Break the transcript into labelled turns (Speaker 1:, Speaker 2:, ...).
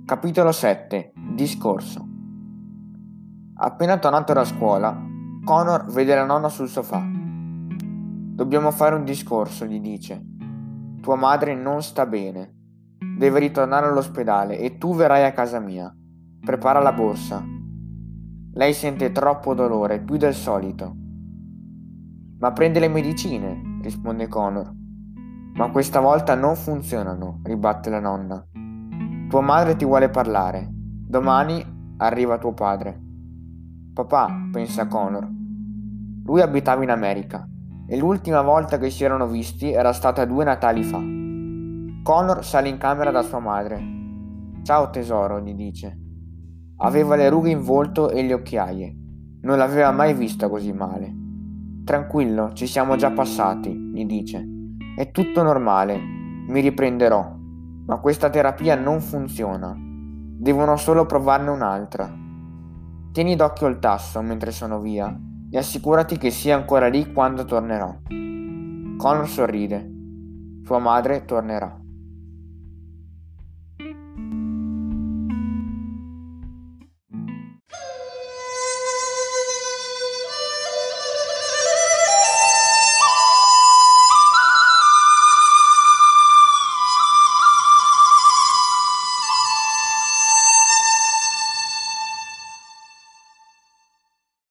Speaker 1: Capitolo 7. Discorso. Appena tornato da scuola, Connor vede la nonna sul sofà. Dobbiamo fare un discorso, gli dice. Tua madre non sta bene. Deve ritornare all'ospedale e tu verrai a casa mia. Prepara la borsa. Lei sente troppo dolore, più del solito. Ma prende le medicine, risponde Connor. Ma questa volta non funzionano, ribatte la nonna. Tua madre ti vuole parlare. Domani arriva tuo padre. Papà, pensa Connor. Lui abitava in America e l'ultima volta che si erano visti era stata 2 Natali fa. Connor sale in camera da sua madre. Ciao tesoro, gli dice. Aveva le rughe in volto e le occhiaie. Non l'aveva mai vista così male. Tranquillo, ci siamo già passati, gli dice. È tutto normale, mi riprenderò. Ma questa terapia non funziona. Devono solo provarne un'altra. Tieni d'occhio il tasso mentre sono via e assicurati che sia ancora lì quando tornerò. Connor sorride. Sua madre tornerà.